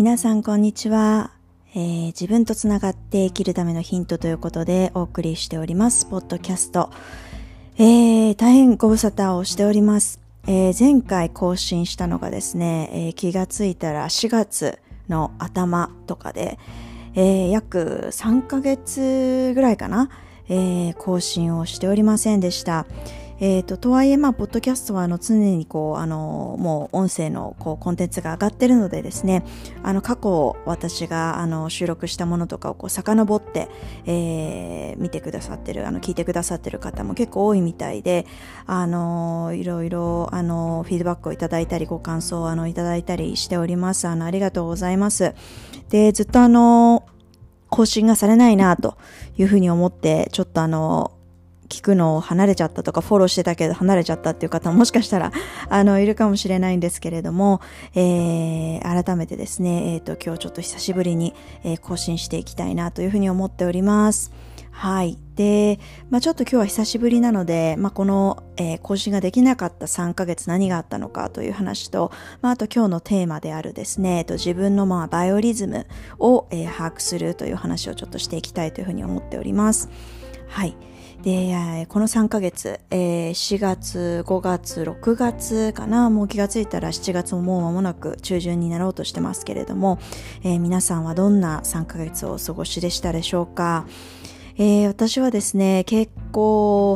皆さんこんにちは、自分とつながって生きるためのヒントということでお送りしておりますポッドキャスト、大変ご無沙汰をしております。前回更新したのがですね、気がついたら4月の頭とかで、約3ヶ月ぐらいかな、更新をしておりませんでした。とはいえ、ポッドキャストは常にもう音声のコンテンツが上がってるのでですね、過去私が収録したものとかを遡って、見てくださってる、聞いてくださってる方も結構多いみたいで、いろいろフィードバックをいただいたり、ご感想をいただいたりしております。ありがとうございます。で、ずっと更新がされないなというふうに思って、ちょっと聞くのを離れちゃったとか、フォローしてたけど離れちゃったっていう方ももしかしたらいるかもしれないんですけれども、改めてですね、今日ちょっと久しぶりに、更新していきたいなというふうに思っております。はい。で、ちょっと今日は久しぶりなので、この、更新ができなかった3ヶ月何があったのかという話と、あと今日のテーマであるですね、自分のバイオリズムを、把握するという話をちょっとしていきたいというふうに思っております。はい。で、この3ヶ月、4月、5月、6月かな、もう気がついたら7月ももう間もなく中旬になろうとしてますけれども、皆さんはどんな3ヶ月をお過ごしでしたでしょうか。私はですね、結構、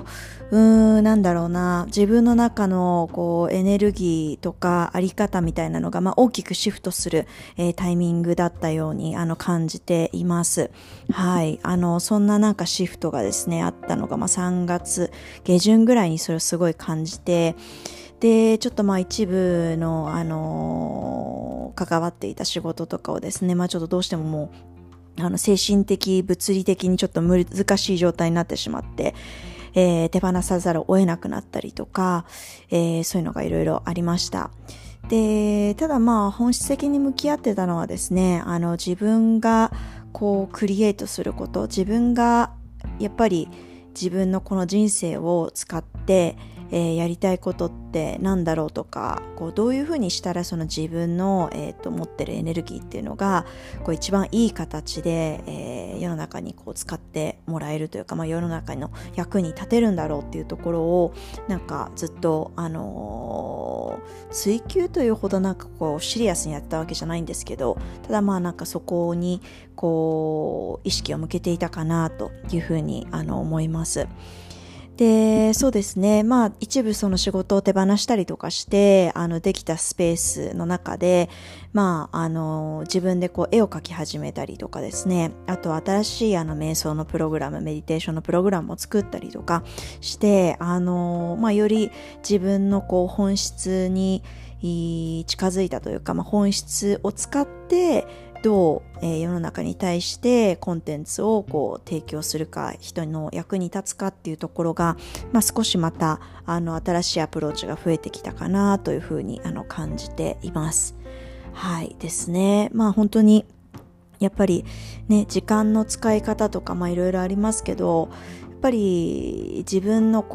自分の中のエネルギーとかあり方みたいなのが、大きくシフトする、タイミングだったように感じています。はい。そんなシフトがですね、あったのが、3月下旬ぐらいにそれをすごい感じて、で、ちょっと一部の、関わっていた仕事とかをですね、ちょっとどうしてももう、精神的、物理的にちょっと難しい状態になってしまって、手放さざるを得なくなったりとか、そういうのがいろいろありました。で、ただ本質的に向き合ってたのはですね、自分がクリエイトすること、自分がやっぱり自分のこの人生を使って、やりたいことってなんだろうとか、どういうふうにしたらその自分の、持ってるエネルギーっていうのが一番いい形で、世の中に使ってもらえるというか、世の中の役に立てるんだろうっていうところをずっと、追求というほどシリアスにやったわけじゃないんですけど、ただそこに意識を向けていたかなというふうに思います。で、そうですね。一部その仕事を手放したりとかして、できたスペースの中で、自分で絵を描き始めたりとかですね。あと新しい瞑想のプログラム、メディテーションのプログラムを作ったりとかして、より自分の本質に近づいたというか、本質を使って、どう、世の中に対してコンテンツを提供するか、人の役に立つかっていうところが、少しまた新しいアプローチが増えてきたかなというふうに感じています。はいですね。本当にやっぱりね、時間の使い方とかいろいろありますけど、やっぱり自分の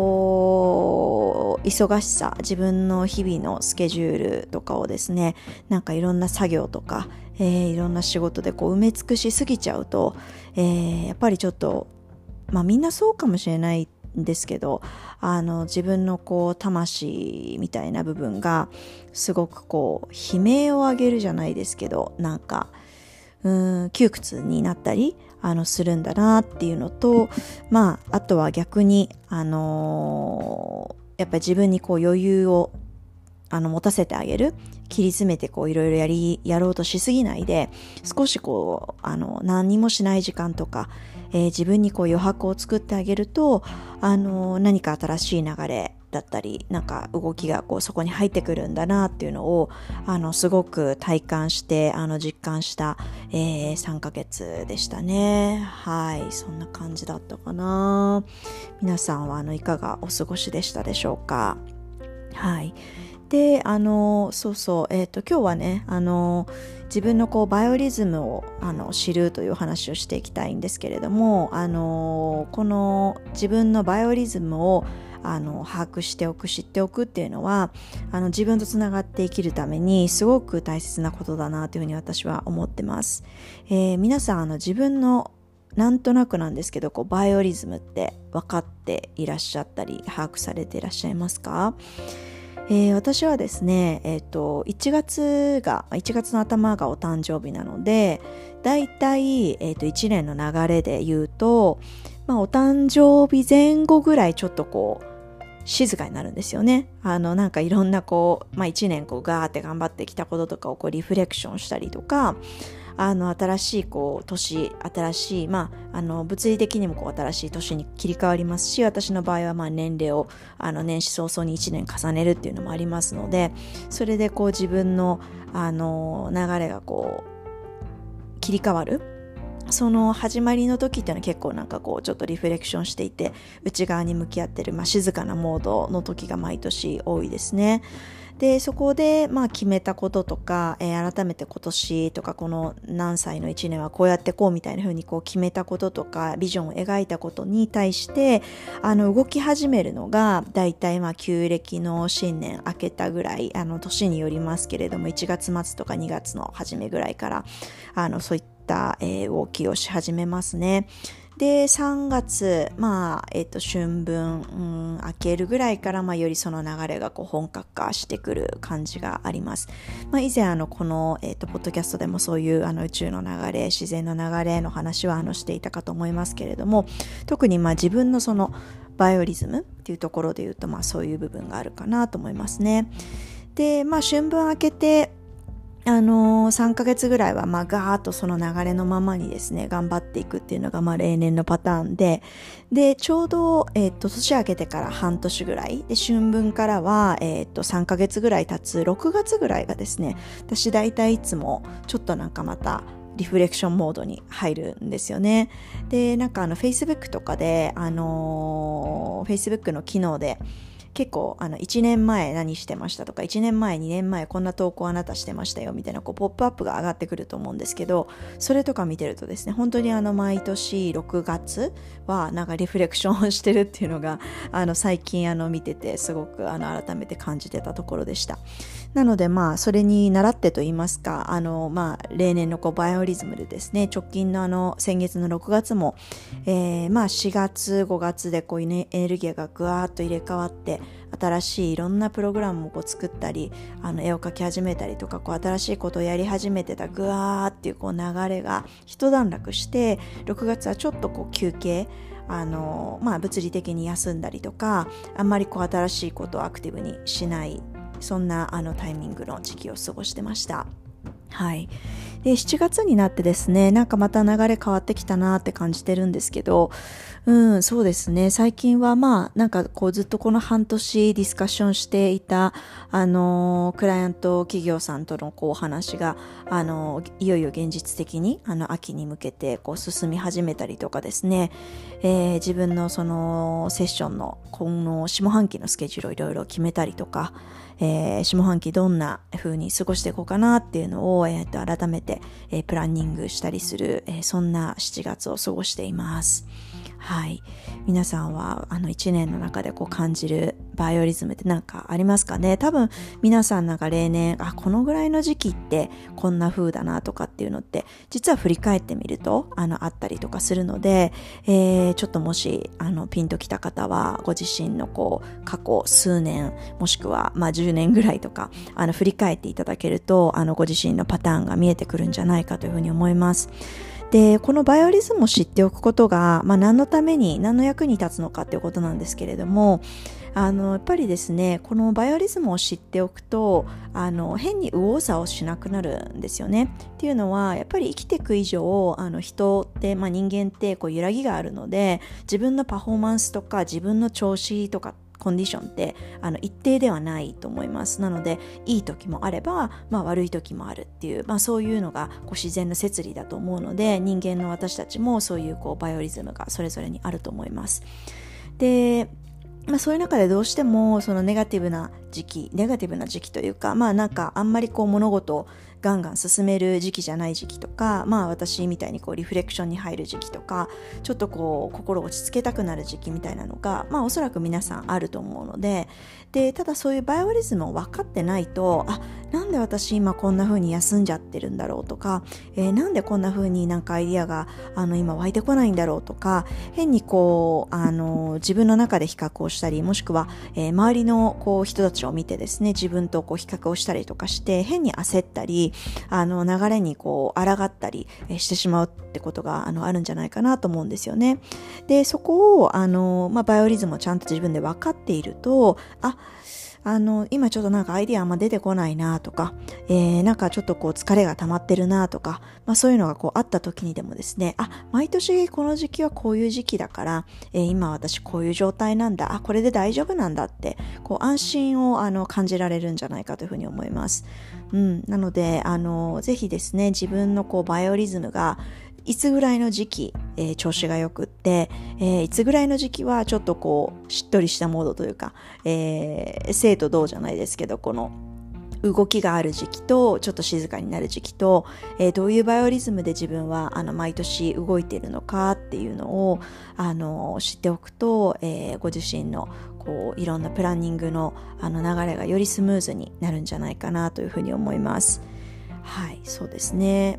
忙しさ、自分の日々のスケジュールとかをですね、いろんな作業とか、いろんな仕事で埋め尽くしすぎちゃうと、やっぱりちょっとみんなそうかもしれないんですけど、自分の魂みたいな部分がすごく悲鳴を上げるじゃないですけど、窮屈になったりするんだなっていうのと、あとは逆にやっぱり自分に余裕を持たせてあげる、切り詰めていろいろやろうとしすぎないで、少し何もしない時間とか、自分に余白を作ってあげると、何か新しい流れだったり、動きがそこに入ってくるんだなっていうのをすごく体感して実感した、3ヶ月でしたね。はい、そんな感じだったかな。皆さんはいかがお過ごしでしたでしょうか。はい。で、そうそう、今日はね、自分のバイオリズムを知るという話をしていきたいんですけれども、この自分のバイオリズムを把握しておく、知っておくっていうのは自分とつながって生きるためにすごく大切なことだなというふうに私は思ってます。皆さん自分のなんとなくなんですけどバイオリズムって分かっていらっしゃったり把握されていらっしゃいますか？私はですね、1月の頭がお誕生日なので、だいたい、1年の流れで言うと、お誕生日前後ぐらいちょっと静かになるんですよね。なんかいろんな1年ガーって頑張ってきたこととかをリフレクションしたりとか、新しい年、新しい、物理的にも新しい年に切り替わりますし、私の場合は年齢を年始早々に1年重ねるっていうのもありますので、それで自分の流れが切り替わる。その始まりの時っていうのは結構なんかちょっとリフレクションしていて内側に向き合ってる、静かなモードの時が毎年多いですね。でそこで決めたこととか、改めて今年とかこの何歳の1年はこうやってこうみたいな風に決めたこととかビジョンを描いたことに対して動き始めるのがだいたい旧暦の新年明けたぐらい、年によりますけれども1月末とか2月の初めぐらいからそういった動きをし始めますね。で3月、春分、明けるぐらいからよりその流れが本格化してくる感じがあります。以前この、ポッドキャストでもそういう宇宙の流れ、自然の流れの話はしていたかと思いますけれども、特に自分のそのバイオリズムっていうところで言うとそういう部分があるかなと思いますね。で春分明けて3ヶ月ぐらいはガーッとその流れのままにですね頑張っていくっていうのが例年のパターンで、ちょうど、年明けてから半年ぐらいで春分からは、3ヶ月ぐらい経つ6月ぐらいがですね、私大体いつもちょっとなんかまたリフレクションモードに入るんですよね。でなんかFacebook とかでFacebook の機能で結構1年前何してましたとか1年前2年前こんな投稿あなたしてましたよみたいなポップアップが上がってくると思うんですけど、それとか見てるとですね本当に毎年6月はなんかリフレクションをしてるっていうのが最近見ててすごく改めて感じてたところでした。なのでそれに倣ってと言いますか例年のバイオリズムでですね、直近の先月の6月も、4月5月でエネルギーがぐわーっと入れ替わって新しいいろんなプログラムを作ったり絵を描き始めたりとか新しいことをやり始めてたぐわーっていう流れが一段落して、6月はちょっと休憩物理的に休んだりとかあんまり新しいことをアクティブにしない、そんなタイミングの時期を過ごしてました。はい。で7月になってですね、なんかまた流れ変わってきたなって感じてるんですけど、そうですね、最近はなんかずっとこの半年ディスカッションしていたクライアント企業さんとのお話がいよいよ現実的に秋に向けて進み始めたりとかですね、自分のそのセッションの今の下半期のスケジュールをいろいろ決めたりとか、下半期どんな風に過ごしていこうかなっていうのを、改めて、プランニングしたりする、そんな7月を過ごしています。はい。皆さんは1年の中で感じるバイオリズムって何かありますかね？多分皆さんなんか例年このぐらいの時期ってこんな風だなとかっていうのって実は振り返ってみるとあったりとかするので、ちょっともしピンときた方はご自身の過去数年もしくは10年ぐらいとか振り返っていただけるとご自身のパターンが見えてくるんじゃないかというふうに思います。でこのバイオリズムを知っておくことが、何のために何の役に立つのかということなんですけれども、やっぱりですねこのバイオリズムを知っておくと変に右往左往しなくなるんですよね。っていうのはやっぱり生きていく以上人って、人間って揺らぎがあるので、自分のパフォーマンスとか自分の調子とかコンディションって一定ではないと思います。なのでいい時もあれば、悪い時もあるっていう、そういうのが自然の摂理だと思うので、人間の私たちもそういうバイオリズムがそれぞれにあると思います。でそういう中でどうしてもそのネガティブな時期、ネガティブな時期というか、なんかあんまり物事をガンガン進める時期じゃない時期とか、私みたいにリフレクションに入る時期とか、ちょっと心を落ち着けたくなる時期みたいなのが、おそらく皆さんあると思うので、ただそういうバイオリズムを分かってないと、なんで私今こんな風に休んじゃってるんだろうとか、なんでこんな風になんかアイディアが今湧いてこないんだろうとか、変に自分の中で比較をしたり、もしくは、周りの人たちを見てですね、自分と比較をしたりとかして、変に焦ったり、流れに抗ったりしてしまうってことがあるんじゃないかなと思うんですよね。で、そこをバイオリズムをちゃんと自分で分かっていると、今ちょっとなんかアイディアあんま出てこないなとか、なんかちょっと疲れが溜まってるなとか、そういうのがあった時にでもですね、毎年この時期はこういう時期だから、今私こういう状態なんだ、これで大丈夫なんだって、安心を感じられるんじゃないかというふうに思います。なので、ぜひですね、自分のバイオリズムがいつぐらいの時期、調子がよくって、いつぐらいの時期はちょっとしっとりしたモードというか、静と動じゃないですけど、この動きがある時期とちょっと静かになる時期と、どういうバイオリズムで自分は毎年動いているのかっていうのを知っておくと、ご自身のいろんなプランニングの流れがよりスムーズになるんじゃないかなというふうに思います。はい、そうですね。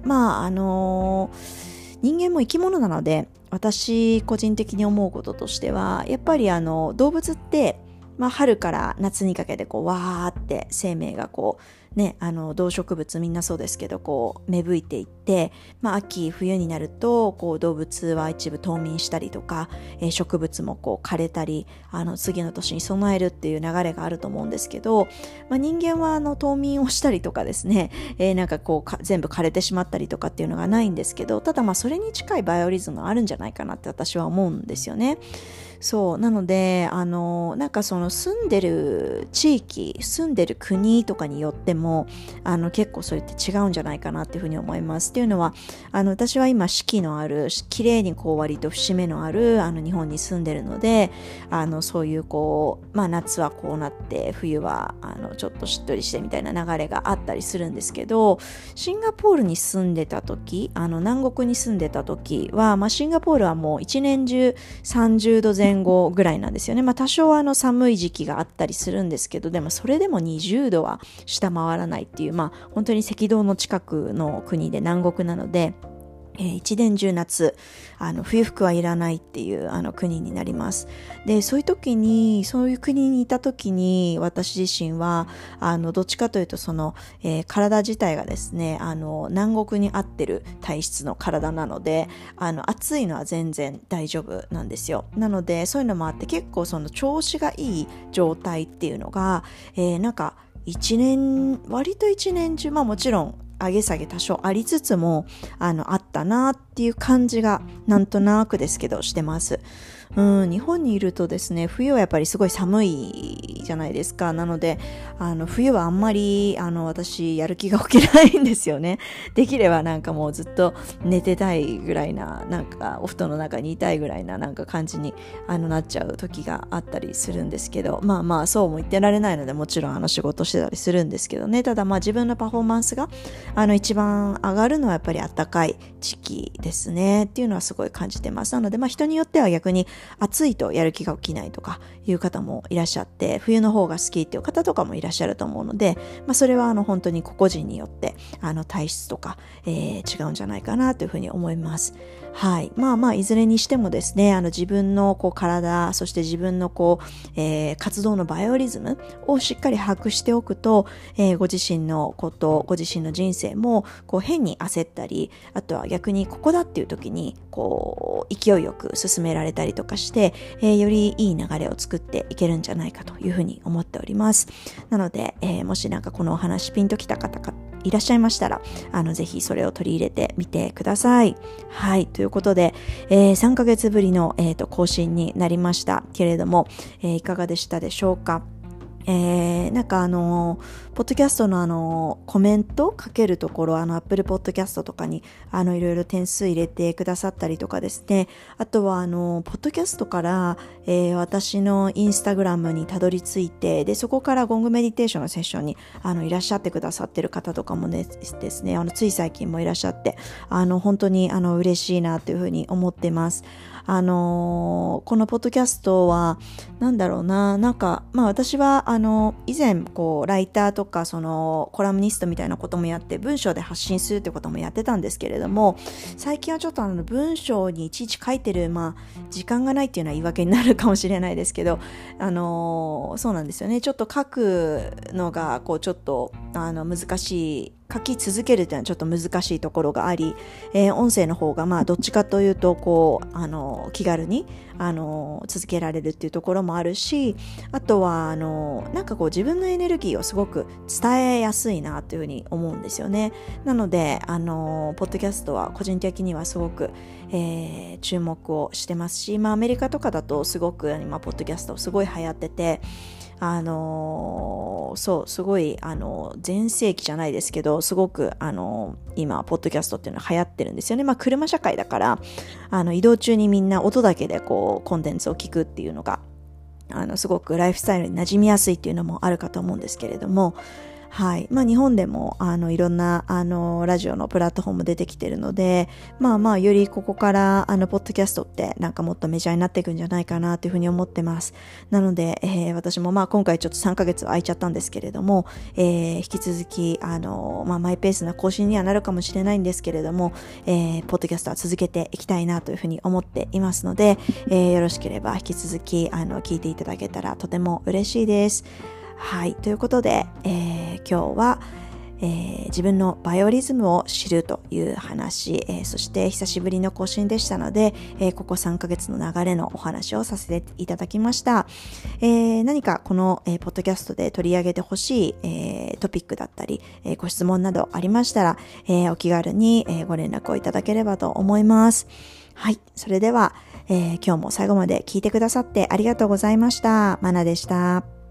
人間も生き物なので、私個人的に思うこととしては、やっぱり動物って春から夏にかけてわーって生命が動植物みんなそうですけど芽吹いていって、秋冬になると動物は一部冬眠したりとか、植物も枯れたり次の年に備えるっていう流れがあると思うんですけど、人間は冬眠をしたりとかですね、なんか全部枯れてしまったりとかっていうのがないんですけど、ただそれに近いバイオリズムがあるんじゃないかなって私は思うんですよね。そうなのでなんかその住んでる地域、住んでる国とかによっても結構それって違うんじゃないかなっていうふうに思います。っていうのは私は今四季のある綺麗に割と節目のある日本に住んでるので、そういう夏はこうなって冬はちょっとしっとりしてみたいな流れがあったりするんですけど、シンガポールに住んでた時、南国に住んでた時は、シンガポールはもう一年中30度前後ぐらいなんですよね。多少寒い時期があったりするんですけど、でもそれでも20度は下回らないっていう、本当に赤道の近くの国で南国なので、一年中夏冬服はいらないっていう国になります。で、そういう時に、そういう国にいた時に私自身はどっちかというと体自体がですね南国に合ってる体質の体なので暑いのは全然大丈夫なんですよ。なのでそういうのもあって結構調子がいい状態っていうのが、なんか割と一年中もちろん上げ下げ多少ありつつもあったなっていう感じがなんとなくですけどしてます。日本にいるとですね、冬はやっぱりすごい寒いじゃないですか。なので冬はあんまり私やる気が起きないんですよね。できればなんかもうずっと寝てたいぐらいな、なんかお布団の中にいたいぐらいななんか感じになっちゃう時があったりするんですけど、そうも言ってられないのでもちろん仕事してたりするんですけどね。ただ自分のパフォーマンスが一番上がるのはやっぱり暖かい時期ですねっていうのはすごい感じてます。なので人によっては逆に暑いとやる気が起きないとかいう方もいらっしゃって、冬の方が好きっていう方とかもいらっしゃると思うので、それは本当に個々人によって体質とか、違うんじゃないかなというふうに思います。はい。いずれにしてもですね、自分の体、そして自分の活動のバイオリズムをしっかり把握しておくと、ご自身のこと、ご自身の人生も変に焦ったり、あとは逆にここだっていう時に勢いよく進められたりとかして、よりいい流れを作っていけるんじゃないかというふうに思っております。なので、もしなんかこのお話ピンときた方いらっしゃいましたらぜひそれを取り入れてみてください。はい、ということで、3ヶ月ぶりの、更新になりましたけれども、いかがでしたでしょうか。 なんかポッドキャストのコメントかけるところ、Apple Podcast とかに、いろいろ点数入れてくださったりとかですね。あとは、ポッドキャストから、私のインスタグラムにたどり着いて、で、そこからゴングメディテーションのセッションに、いらっしゃってくださってる方とかもですね、つい最近もいらっしゃって、本当に、嬉しいなというふうに思ってます。このポッドキャストは、なんか、私は、以前、ライターとか、コラムニストみたいなこともやって、文章で発信するってこともやってたんですけれども、最近はちょっと文章にいちいち書いてる、時間がないっていうのは言い訳になるかもしれないですけど、そうなんですよね。ちょっと書くのが、ちょっと、難しい、書き続けるっていうのはちょっと難しいところがあり、音声の方がどっちかというと気軽に続けられるっていうところもあるし、あとはなんか自分のエネルギーをすごく伝えやすいなというふうに思うんですよね。なのでポッドキャストは個人的にはすごく、注目をしてますし、アメリカとかだとすごく今ポッドキャストすごい流行ってて、そうすごい全盛期じゃないですけど、すごく今ポッドキャストっていうのは流行ってるんですよね。車社会だから移動中にみんな音だけでコンテンツを聞くっていうのがすごくライフスタイルに馴染みやすいっていうのもあるかと思うんですけれども、はい。日本でも、いろんな、ラジオのプラットフォーム出てきてるので、よりここから、ポッドキャストって、なんかもっとメジャーになっていくんじゃないかな、というふうに思ってます。なので、私も、今回ちょっと3ヶ月空いちゃったんですけれども、引き続き、マイペースな更新にはなるかもしれないんですけれども、ポッドキャストは続けていきたいな、というふうに思っていますので、よろしければ、引き続き、聞いていただけたらとても嬉しいです。はい。ということで、今日は、自分のバイオリズムを知るという話、そして久しぶりの更新でしたので、ここ3ヶ月の流れのお話をさせていただきました。何かこの、ポッドキャストで取り上げてほしい、トピックだったり、ご質問などありましたら、お気軽に、ご連絡をいただければと思います。はい。それでは、今日も最後まで聞いてくださってありがとうございました。マナでした。